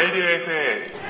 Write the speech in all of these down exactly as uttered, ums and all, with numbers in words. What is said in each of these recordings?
レイディオ エフエー。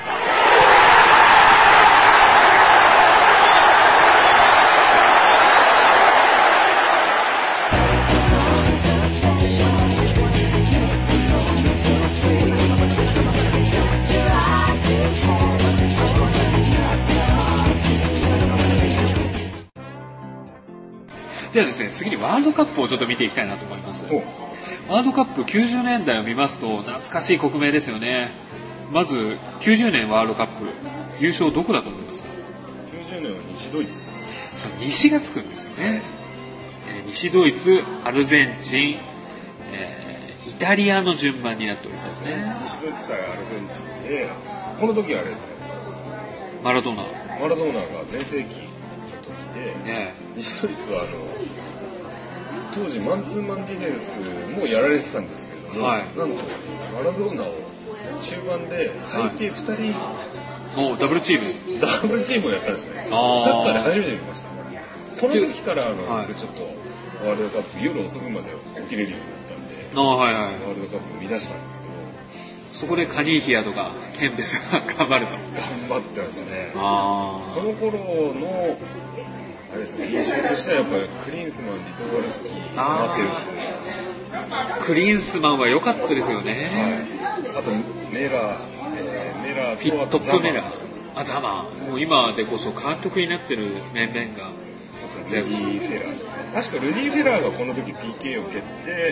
じゃあですね、次にワールドカップをちょっと見ていきたいなと思います。ワールドカップきゅうじゅうねんだいを見ますと懐かしい国名ですよね。まずきゅうじゅうねんワールドカップ優勝どこだと思いますか？ きゅうじゅうねんは西ドイツ。 そう、西がつくんですよね。えー、西ドイツ、アルゼンチン、えー、イタリアの順番になっておりますね。 西ドイツ対アルゼンチンで、この時はあれですね、 マラドーナマラドーナが全盛期の時で、 ね、 西ドイツはあの当時マンツーマンディフェンスもやられてたんですけれども、はい、なんとマラドーナを中盤で最低ふたり、 はい、おダブルチームダブルチームをやったんですね。サッカーで初めて見ました。この時からあの、はい、ちょっとワールドカップ夜遅くまで起きれるようになったんで、 あ、はいはい、 ワールドカップを見出したんですけど、 そこでカニーヒアとかケンベスが頑張ると頑張ってますね。 あ、 その頃のあれですね、印象としてはやっぱりクリンスマン、リトバルスキー、マテウス。 クリンスマンは良かったですよね。 はい、あとメラー、えー、メラーとトップメラー、あ、ザマー、もう今でこそ監督になってる面々がルディ・フェラーですね。確かルディ・フェラーがこの時 ピーケー を蹴って、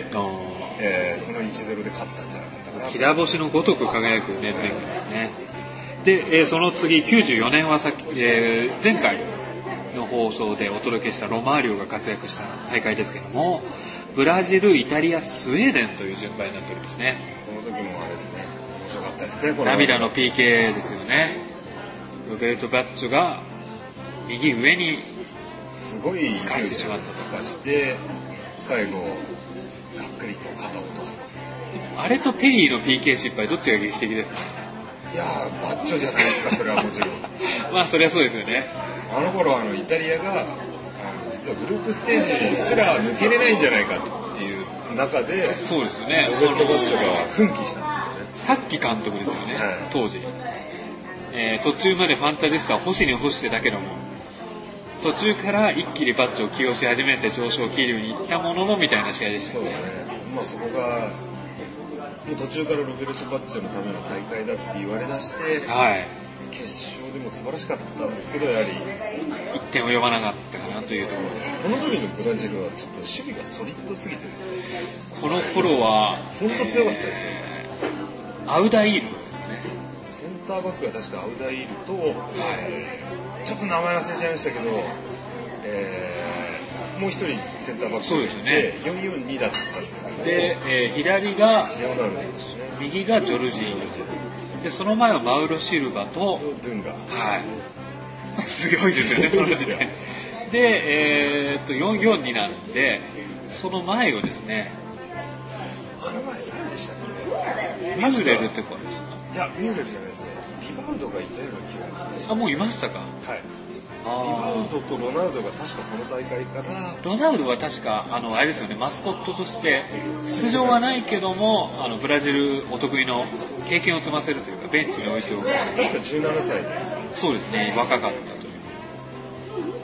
えー、その いちたいゼロ で勝ったんじゃなかったかな。 平星のごとく輝く面々ですね。で、えー、その次きゅうじゅうよねんはさっき、えー、前回の放送でお届けしたロマーリオが活躍した大会ですけども、ブラジル、イタリア、スウェーデンという順番になっておりますね。 この時もあれですね、面白かったですね。この涙の ピーケー ですよね。ロベルト・バッチョが右上にすごい透かしてしまったと。 透かして最後がっくりと肩を落とすと。 あれとテリーの ピーケー 失敗どっちが劇的ですか？ いやー、バッチョじゃないですか、それはもちろん。 まあそれはそうですよね。 あの頃あのイタリアがあの実はグループステージすら抜けれないんじゃないかっていう中で、 そうですよね。 ロベルト・バッチョが奮起したんですよね。 さっき監督ですよね、 はい、 当時、えー、途中までファンタジスタを星に干してたけども、途中から一気にバッチョを起用し始めて上昇気流に行ったもののみたいな試合でしたね。 そうですね。まあそこがもう途中からロベルト・バッチョのための大会だって言われだして、はい、決勝でも素晴らしかったんですけど、やはりいってん及ばなかったかなというところです。 この時のブラジルはちょっと守備がソリッドすぎてですね、 この頃は本当強かったですよ、 えー、アウダイールですかね。 センターバックが確かアウダイールと、はい、ちょっと名前忘れちゃいましたけど、えー、もう一人センターバックそうですよね。 よんよんにだったんですけど、 で、えー、左がレオナルドですね、 右がジョルジーニで、その前はマウロ・シルバとドゥンガ、 はい、すごいですよね、その時点で、えー、っとよんよんになんで、その前をですね、 あの前誰でしたっけ？ ミューレルって子ですか？ いや、ミューレルじゃないですね。リバウドがいたような気がします。 あ、もういましたか？ はい。リバウドとロナウドが確かこの大会からロナウドは確かあのあれですよね、マスコットとして出場はないけども、あのブラジルお得意の経験を積ませるというか、ベンチに置いておく。 確かじゅうななさいで、 そうですね、若かったという。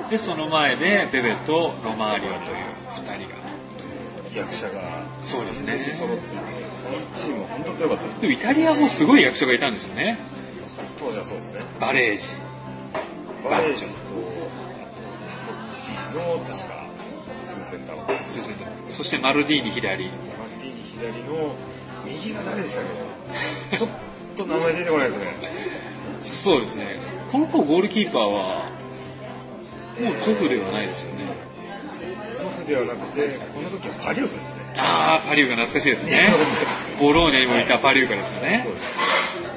でその前でベベとロマーリオというふたりが、 役者がそうですね揃っていて、このチームは本当強かったですね。 でもイタリアもすごい役者がいたんですよね。 当時はそうですね。 バレージバレージとタソッティの確かツーセンターバック、 そしてマルディーニ左、 マルディーニ左の右が誰でしたっけ？ちょっと名前出てこないですね。 そうですね。この子ゴールキーパーはもう祖父ではないですよね。 祖父ではなくて、この時はパリューカですね。 ああ、パリューカ懐かしいですね。ボローニャにもいたパリューカですよね。そうです。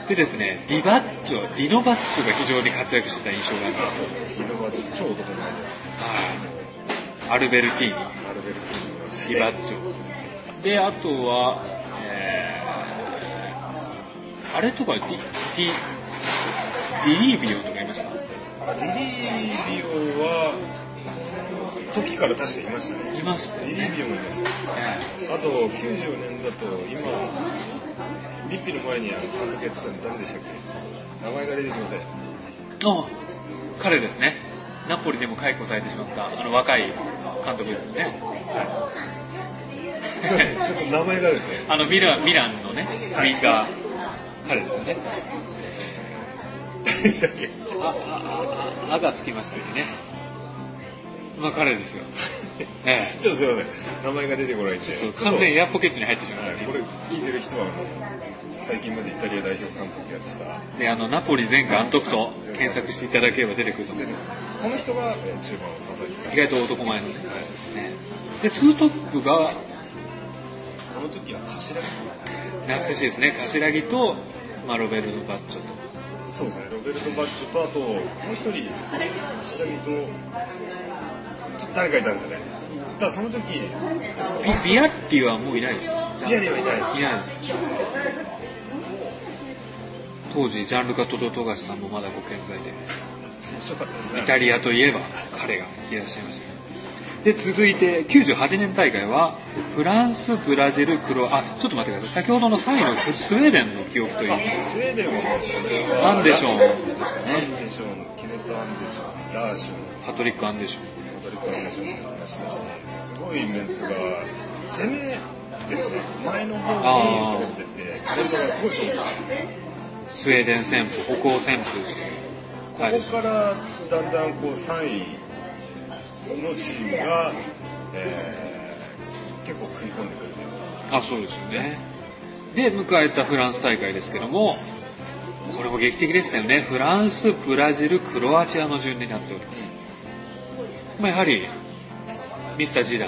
でですね、ディバッチョ、ディノバッチョが非常に活躍してた印象があります。 ディノバッチョ、超男前で。はい。 アルベルティーニ。 アルベルティーニ。 ディバッチョ。で、あとは、えー、あれとかディ、ディ、ディリービオとかいました？ ディリービオは、時から確かいましたね。 いましたね。 ディリービオもいました。 えー、 あと、きゅうじゅうねんだと、今、 リッピの前にあの監督やってたの誰でしたっけ？名前が出てきません。 あ、彼ですね。ナポリでも解雇されてしまったあの若い監督ですよね。 はい、ちょっと名前がですね。 あのミランミランのね、ウィンガー、彼ですよね。 誰でしたっけ？ あ、あ、あ、あがつきましたけどね。まあ彼ですよ。ええ、 ちょっとすいません。名前が出てこないんで。 完全にエアポケットに入ってしまいましたね。 これ聞いてる人は最近までイタリア代表監督やってた。 で、あのナポリ前監督と検索していただければ出てくると思います。 この人が中盤を支えてた。 意外と男前のね。で、ツートップがこの時は頭木。 懐かしいですね。頭木と、まあ、ロベルト・バッチョと。 そうですね。ロベルト・バッチョとあともう一人頭木と誰かいたんですよね。ただその時ビ, ビアッリはもういないですよ。 ビアッリはいないです。 いないです。当時ジャンルカ・トド・トガシさんもまだご健在で、イタリアといえば彼がいらっしゃいました。で、続いてきゅうじゅうはちねん大会はフランス、ブラジル、クロあちょっと待ってください。先ほどのさんいのスウェーデンの記憶というスウェーデンはもうこれはアンデションですかね。 アンデション、キネット・アンデション、ラーション、 パトリック・アンデション、 パトリック・アンデションもいましたし、すごいメンツが攻めですね。前の方に揃っててタレントがすごいそうです。 スウェーデン旋風、北欧旋風。 ここからだんだんこうさんいのチームが、えー、結構食い込んでくる。 あ、そうですよね。で、迎えたフランス大会ですけども、これも劇的でしたよね。フランス、ブラジル、クロアチアの順になっております。まあ、やはり、ミスタージダン、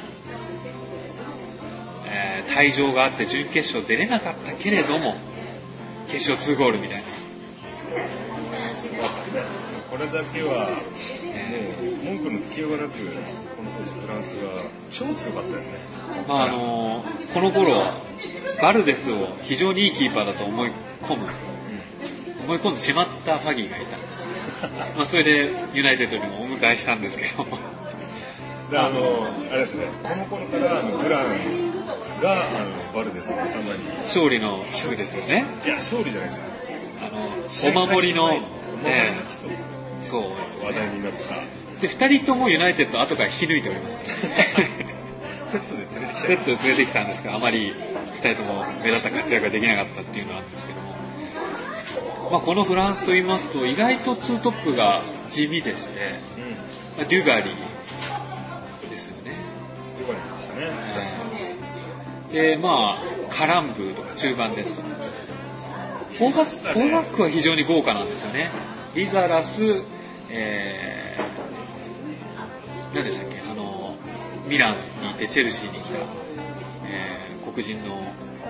えー、退場があって準決勝出れなかったけれども、決勝にゴールみたいな。 すごかったですね。これだけは、もう文句のつきようがなく、この当時フランスが超強かったですね。 まああのー、この頃バルデスを非常にいいキーパーだと思い込む、うん、思い込んでしまったファギーがいたんですまあそれでユナイテッドにもお迎えしたんですけどもであのあれですね、この頃からあのブランがあのバルデスの頭に勝利のキスですよね。 いや勝利じゃないか、 あのお守りのね、そうですね、 話題になったでふたりともユナイテッド後から引き抜いております、ね、 セットで連れてきたセットで連れてきたんですが、あまりふたりとも目立った活躍ができなかったっていうのはあるんですけども、まあ、このフランスと言いますと意外とツートップが地味でして、うんまあ、デュガリーですよね。 デュガリーでしたね、 えー、でまあカランブーとか中盤ですとか、フォーバック、フォーバックは非常に豪華なんですよね。リザラス、えー、何でしたっけ、あのミランにいてチェルシーに来た、えー、黒人の方で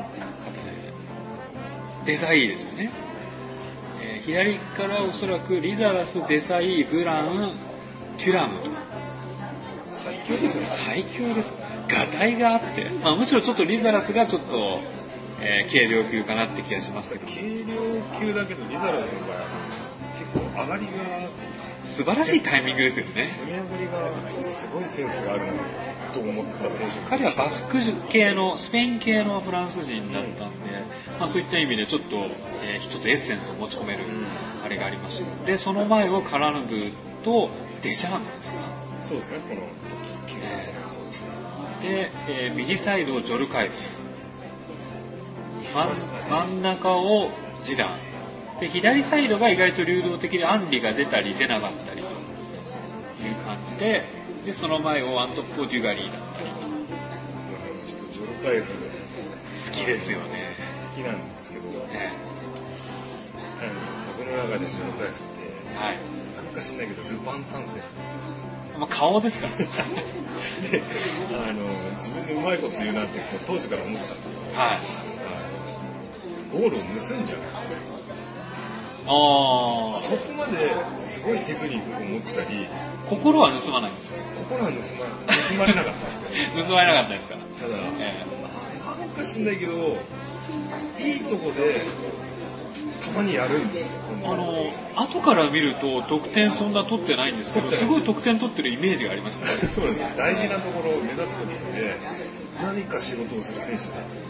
デサイーですよね、えー、左からおそらくリザラス、デサイー、ブラン、テュラムと最強ですね。 最強です。ガタイがあって、まあ、むしろちょっとリザラスがちょっと、えー、軽量級かなって気がしますけど、 軽量級だけどリザラスの場合結構上がりが素晴らしいタイミングですよね。 攻め上がりがすごいセンスがあると思った選手。 彼はバスク系のスペイン系のフランス人だったんで、うんまあ、そういった意味でちょっと、えー、一つエッセンスを持ち込めるあれがあります。でその前をカラヌブとデジャーンですか。 そうですね、この時、えー、そうですね。 で、えー、右サイドをジョルカイフ、真ん中をジダンで、左サイドが意外と流動的でアンリが出たり出なかったりという感じで、でその前をワントップをデュガリーだったり、 ちょっとジョルカイフ好きですよね。 好きなんですけど、 ね、 僕の中でジョルカイフって、はい、なんか知んないけどルパン三世、 まあ、顔ですかであの自分でうまいこと言うなってこう当時から思ってたんですけど、はいはい、ゴールを盗んじゃう。 あそこまですごいテクニックを持ってたり、 心は盗まないんですか。 心は盗ま、盗まれなかったんですけど盗まれなかったですか。 ただ、えー、なんか知んないけどいいとこでたまにやるんですよ。 あの後から見ると得点そんな取ってないんですけど、すごい得点取ってるイメージがありますね。 そうです。大事なところを目指す時って何か仕事をする選手だ。 あの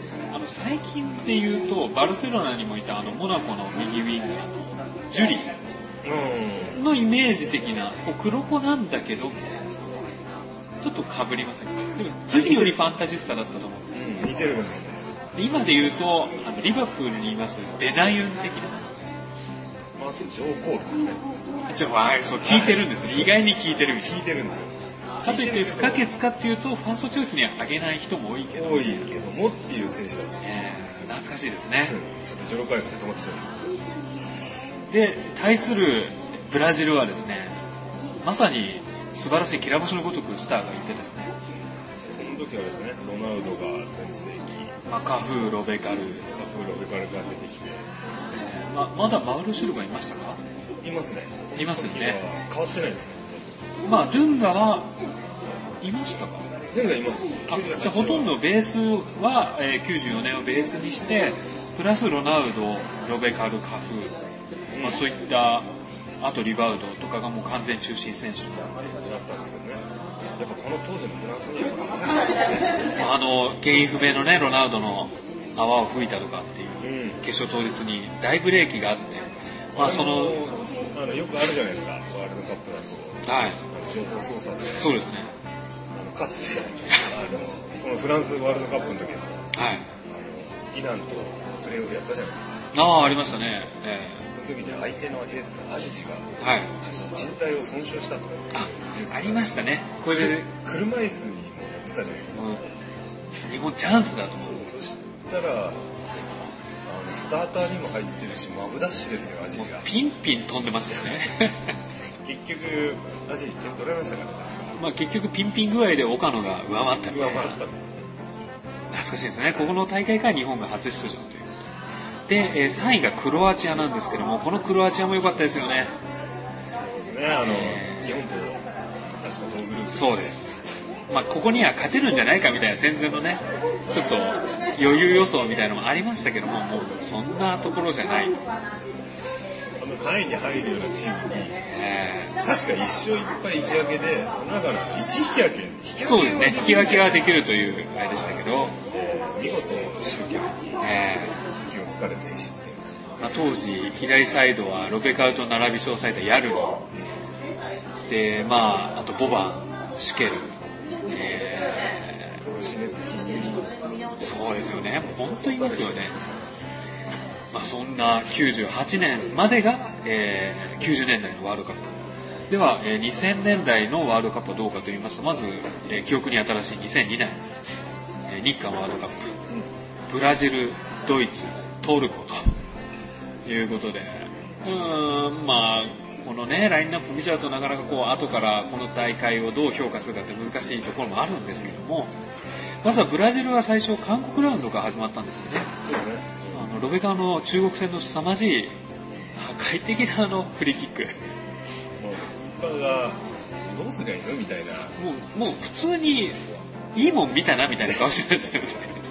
の最近で言うとバルセロナにもいたあのモナコの右ウィングのジュリーのイメージ的なこう黒子なんだけどちょっと被りませんか。でもジュリーよりファンタジスタだったと思うんです、 うん、似てるかもしれないです。 今で言うとあのリバプールにいますベナユン的な、 まあ、あとジョー・コールね。 じゃあそう聞いてるんです、はい、意外に聞いてるみたいな。 聞いてるんですよ。 かといって不可欠かっていうとファーストチョイスにはあげない人も多いけど多いけどもっていう選手だったね。懐かしいですね。 ちょっとジョロカイが止まってしまいます。 で対するブラジルはですね、まさに素晴らしいきら星のごとくスターがいてですね、 この時はですね、ロナウドが全盛期、 まあ、カフー、ロベカル、カフー、ロベカルが出てきて、 えーま、まだマウルシルバいましたか？ いますね。 いますよね。 変わってないですね。 まあドゥンガはいましたか？ ドゥンガいます。 あ、じゃあほとんどベースは、えー、きゅうじゅうよねんをベースにしてプラスロナウド、ロベカル、カフー、うん、まあ、そういったあとリバウドとかがもう完全中心選手になったんですけどね。やっぱこの当時のフランスにはあの原因不明のねロナウドの泡を吹いたとかっていう、うん、決勝当日に大ブレーキがあって、まあそのあのよくあるじゃないですか、ワールドカップだと、 はい、 情報操作で、 そうですね。 あのかつてあのこのフランスワールドカップの時ですね、 はい、 あのイランとプレーオフやったじゃないですか。 ああ、ありましたね。えー、その時に相手のエースのアジジが、 はい、 靭帯を損傷したと。 あ、ありましたね。これで車椅子にも乗ってたじゃないですか。 うん、日本チャンスだと思う。 そしたらあのスターターにも入ってるし、マブダッシュですよ、アジジが。 ピンピン飛んでましたよね。 結局アジジ点取られましたからね、確か。 まあ結局ピンピン具合で岡野が上回ったみたいな。 上回った。懐かしいですね。ここの大会から日本が初出場という。で、えー、さんいがクロアチアなんですけども、このクロアチアも良かったですよね。 そうですね。あの、えー、日本と確か同グループ。 そうです。まあここには勝てるんじゃないかみたいな戦前のね、ちょっと余裕予想みたいなのもありましたけども、もうそんなところじゃないと。 あのさんいに入るようなチームに、えー、確かいっ勝いっ敗いち分けで、その中のいち引き分け、引き分けそうですね、引き分けはできるというあれでしたけど、 えー、見事集計えー、隙を突かれて失点。 まあ、当時左サイドはロベカルと並び称されたヤルニで、まああとボバン、シュケル、 えー、トロシネツキニュそうですよね、本当にいますよね。まあ、そんなきゅうじゅうはちねんまでが、えー、きゅうじゅうねんだいのワールドカップでは、えー、にせんねんだいのワールドカップはどうかと言いますと、まず、えー、記憶に新しいにせんにねん、えー、日韓ワールドカップ、ブラジル、ドイツ、トルコということで、うーん、まあこのねラインナップ見ちゃうとなかなかこう後からこの大会をどう評価するかって難しいところもあるんですけども、まずはブラジルは最初韓国ラウンドから始まったんですよね。 そうですね。 あのロベカの中国戦の凄まじい破壊的なあのフリーキック、 もうキーパーがどうすりゃいいのみたいな、 もうもう普通にいいもん見たなみたいな顔してましたよね。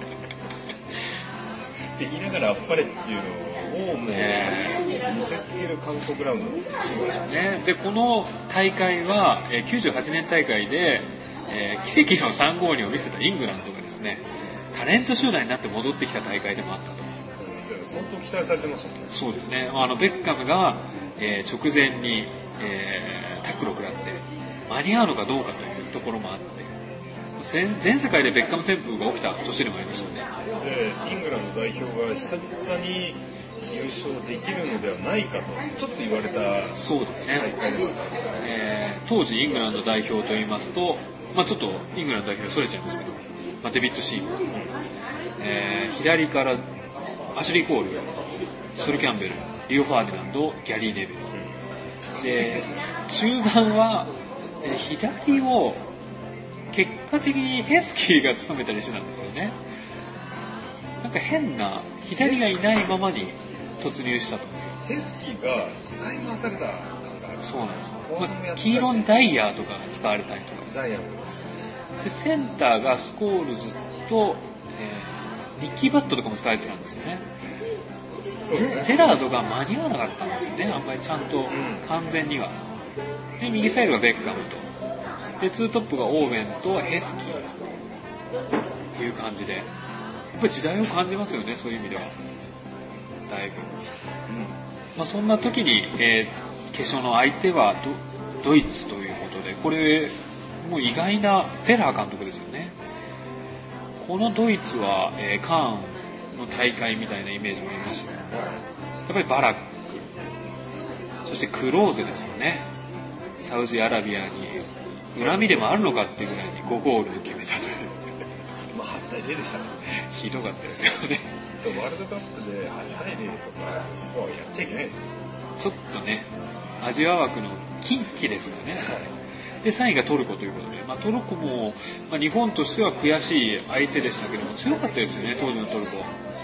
って言いながらあっぱれっていうのをもう見せつける韓国ラウンドだったチームだね。でこの大会はきゅうじゅうはちねん大会で、えー、奇跡のさんごうにを見せたイングランドがですね、タレント集団になって戻ってきた大会でもあったと。 相当期待されてますよね。 そうですね。あのベッカムが、えー、直前に、えー、タックルを食らって間に合うのかどうかというところもあって、全世界でベッカム旋風が起きた年でもありましたよね。 でイングランド代表が久々に優勝できるのではないかとちょっと言われたそうですね、えー、当時イングランド代表といいますと、まあ、ちょっとイングランド代表それちゃいますけど、まあ、デビッド・シーム、うんえー、左からアシュリー・コール、ソル・キャンベル、リオ・ファーディナンド、ギャリー・ネビル、うん、で中盤は、えー、左を結果的にヘスキーが務めたりしてたんですよね。なんか変な左がいないままに突入したと。 ヘスキーが使い回された感がある。 そうなんです、まあ、キーロン・ダイヤーとかが使われたりとかです。 ダイヤーもでセンターがスコールズと、えー、ニッキー・バットとかも使われてたんですよね。 そうですね。 ジェラードが間に合わなかったんですよね、あんまりちゃんと、うん、完全には。で右サイドがベッカムと。でツートップがオーウェンとヘスキーという感じで、 っぱり時代を感じますよね、そういう意味ではだいぶ、うんまあ、そんな時に、えー、決勝の相手は ド, ドイツということで、これもう意外なフェラー監督ですよね。このドイツは、えー、カーンの大会みたいなイメージもありましたけど、やっぱりバラック、そしてクローゼですよね。サウジアラビアに恨みでもあるのかっていうぐらいにごゴールを決めたというまあはちたいゼロでしたね。 ひどかったですよね。 ワールドカップではちたいゼロとかスコアやっちゃいけない。 ちょっとね、アジア枠の近畿ですからね。でさんいがトルコということで、まあ、トルコも、まあ、日本としては悔しい相手でしたけども強かったですよね、当時のトルコ。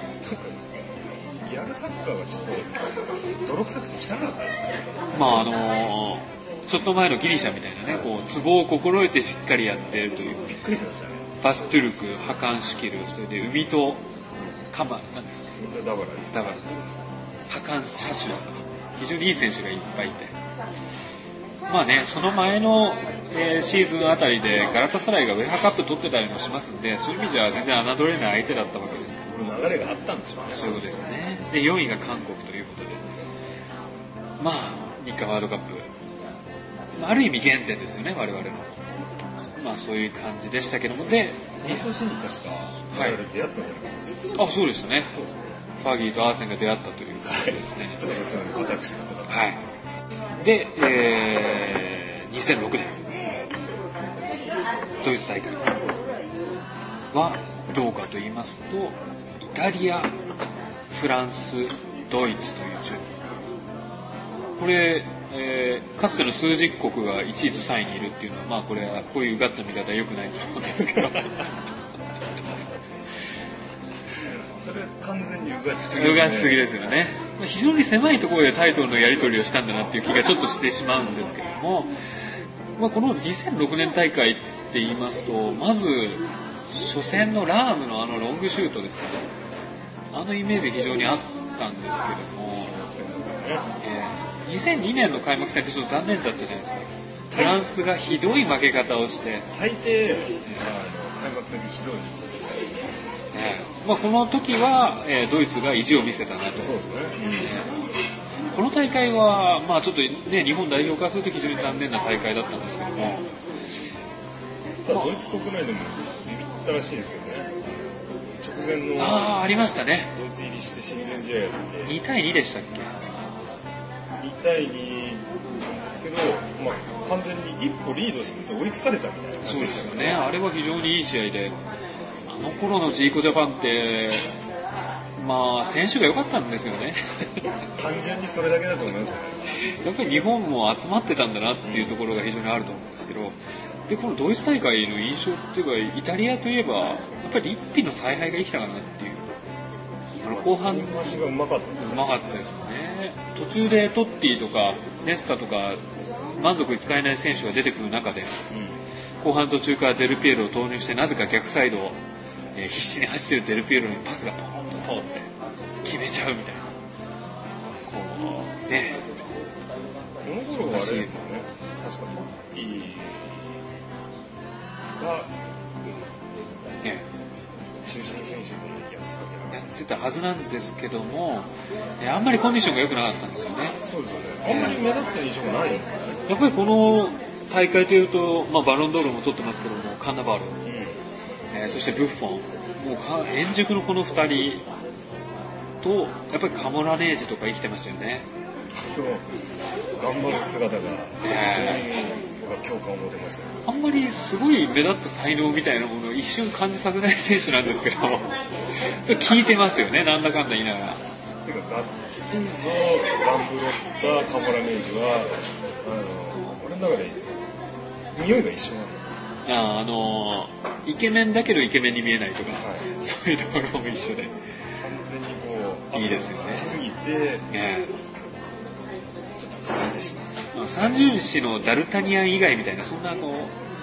やるサッカーがちょっと泥臭くて汚かったですね。 まああのー、ちょっと前のギリシャみたいなね、こうツボを心得てしっかりやっているという。 びっくりしましたね。 バストゥルク、ハカンシキル、それで海とカマなんですか。 海とダバラです。 ダバラとハカンシャシュとか非常にいい選手がいっぱいいて。まあね、その前の、えー、シーズンあたりでガラタサライがウェハカップ取ってたりもしますんで、そういう意味では全然侮れない相手だったわけです。 流れがあったんでしょうね。 そうですね。でよんいが韓国ということで、まあ日韓ワールドカップ、ある意味原点ですよね、我々の。まあそういう感じでしたけども、で、 この年に確か我々出会ったんじゃなかったですか。 あ、そうですね。 そうですね。 ファギーとアーセンが出会ったということですね。 はい、ちょっとその私事だった。 はい。で、えー、にせんろくねんドイツ大会はどうかと言いますと、イタリア、フランス、ドイツという順位。これ、えー、かつての数十国がいちいとさんいにいるっていうのは、まあこれはこういううがった見方は良くないと思うんですけど。 それ完全にうがしすぎですね。 うがしすぎですよね。非常に狭いところでタイトルのやり取りをしたんだなっていう気がちょっとしてしまうんですけども、まあ、このにせんろくねん大会って言いますと、まず初戦のラームのあのロングシュートですね。あのイメージ非常にあったんですけども、えー、にせんにねんの開幕戦ってちょっと残念だったじゃないですか。フランスがひどい負け方をして、 大抵あの開幕戦にひどい。 えーまあ、この時は、えー、ドイツが意地を見せたなと。 そうですね。 えー、この大会は、まあ、ちょっとね、日本代表からすると非常に残念な大会だったんですけども、 ただドイツ国内でもビビったらしいですけどね。直前のああありましたね。 ドイツ入りして親善試合やっててにたいにでしたっけ。 にたいになんですけど、まあ、完全に一歩リードしつつ追いつかれたみたいな感じでしたよね。 そうですよね。あれは非常にいい試合で、あの頃のジーコジャパンってまあ選手が良かったんですよね。 単純にそれだけだと思いますね。 やっぱり日本も集まってたんだなっていうところが非常にあると思うんですけど、でこのドイツ大会の印象っていうか、イタリアといえばやっぱり一品の采配が生きたかなっていう。あの後半足がうまかったうまかったですよね。途中でトッティとかネッサとか満足に使えない選手が出てくる中で、うん、後半途中からデルピエロを投入して、なぜか逆サイドを、えー、必死に走ってるデルピエロにパスがポーンと通って決めちゃうみたいな。こうね。 この頃はあれですよね。確かトッティが、ね、中心選手でやってたじゃやってたはずなんですけども、あんまりコンディションが良くなかったんですよね。 そうですよね。あんまり目立った印象がないんですよね。 やっぱりこの大会というと、まあ、バロンドールも取ってますけども、カンナバール、うんえー、そしてブッフォン、もうか円熟のこのふたりと、やっぱりカモラネージとか生きてましたよね。 そう頑張る姿が非常に共感を持てました、ね、 あんまりすごい目立った才能みたいなものを一瞬感じさせない選手なんですけど聞いてますよね、なんだかんだ言いながら。 ていうかガッツンゾ、ザンブロッタ、カモラネージはあの俺の中で匂いが一緒なんだ。ああのイケメンだけどイケメンに見えないとか、はい、そういうところも一緒で完全にこういいですよね。 しすぎて、 ね、 ちょっと疲れてしまう。 三十士のダルタニアン以外みたいな、そんなこう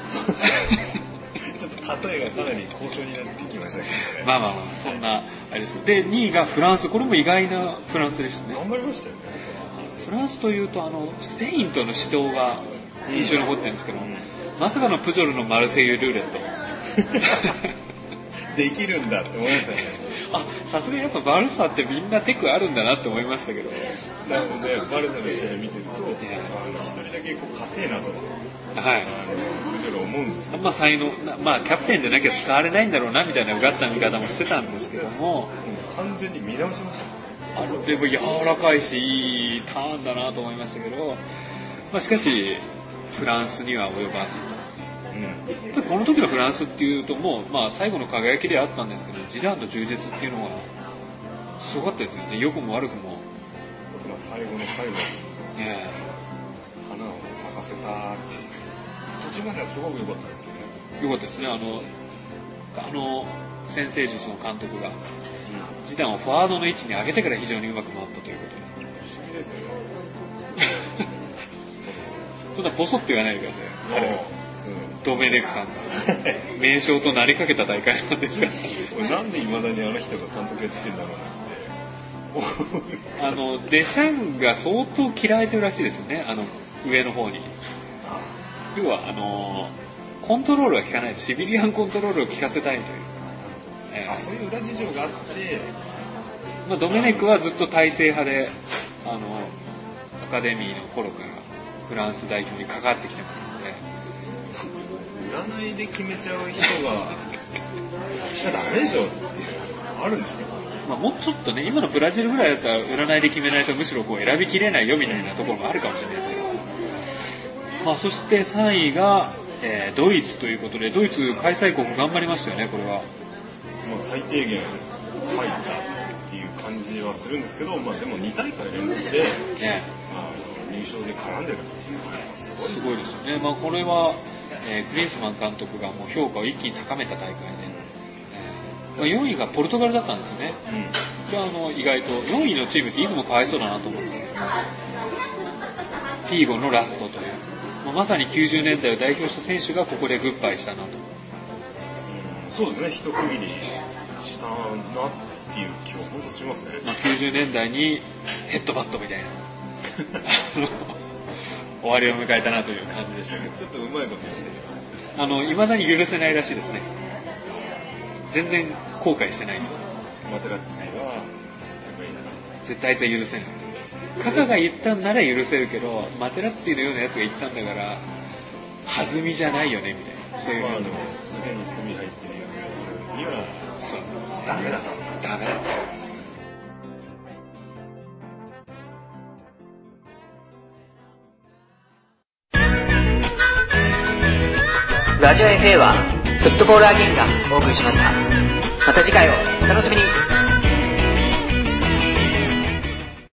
ちょっと例えがかなり高尚になってきましたけどね。 まあまあまあそんなあれです。でにいがフランス、これも意外なフランスでしたね。 頑張りましたよね。 フランスというとあのスペインとの死闘が印象に残ってるんですけど、うん、まさかのプジョルのマルセイユルーレットできるんだって思いましたね。 あ、さすがにやっぱバルサってみんなテクあるんだなって思いましたけど。 なのでバルサの試合見てると、あの一人だけこう勝てえなと、 はい、 あのむしろ思うんですよ。 まあ才能、まあキャプテンじゃなきゃ使われないんだろうなみたいなうがった見方もしてたんですけども、 完全に見直しました。 あれでも柔らかいしいいターンだなと思いましたけど、まあしかしフランスには及ばずと。うん、この時のフランスっていうともう、まあ、最後の輝きではあったんですけど、ジダンの充実っていうのはすごかったですよね。良くも悪くも、 まあ、最後の最後に、 ね、 花を咲かせた途中まではすごく良かったですけどね。 良かったですね。あのあの先生術の監督が、うん、ジダンをフォワードの位置に上げてから非常にうまく回ったということで、 不思議ですよね。 そんなポソって言わないでください。彼はドメネクさんが名将となりかけた大会なんですがこれなんで未だにあの人が監督やってんだろうなってあのデシャンが相当嫌われてるらしいですよね。あの上の方に、要はあのコントロールが効かないと、シビリアンコントロールを効かせたいという、 えー、あそういう裏事情があって、 まあ、ドメネクはずっと体制派であのアカデミーの頃からフランス代表に関わってきてますので、 占いで決めちゃう人がやっちゃダメでしょっていうのがあるんですよ。 まあ、もうちょっとね、今のブラジルぐらいだったら占いで決めないとむしろこう選びきれないよみたいなところもあるかもしれないですけど、まあ、そしてさんいが、えー、ドイツということで、ドイツ開催国頑張りましたよね。これはもう最低限入ったっていう感じはするんですけど、まあ、でもに大会連続で、ね、あの入賞で絡んでるっていうのはすごいですごいですよね。まあ、これはえー、クリンスマン監督がもう評価を一気に高めた大会で、えーまあ、よんいがポルトガルだったんですよね。うん、これはあの意外とよんいのチームっていつもかわいそうだなと思うんですけど、ピーゴのラストという、まあ、まさにきゅうじゅうねんだいを代表した選手がここでグッバイしたなと、うん、 そうですね、一区切りしたなっていう気は本当しますね。 まあ、きゅうじゅうねんだいにヘッドバットみたいな終わりを迎えたなという感じでしたけど、 ちょっとうまいこと言いましたけど、 あの未だに許せないらしいですね。全然後悔してないと。 マテラッツは絶対絶対許せないと。カカが言ったんなら許せるけど、マテラッツィのようなやつが言ったんだから弾みじゃないよねみたいな、そういうのも腕に墨入ってるようなやつにはそうです、ね、 ダメだとダメだと。 ラジオ エフエー はフットボールアゲインがお送りしました。また次回をお楽しみに。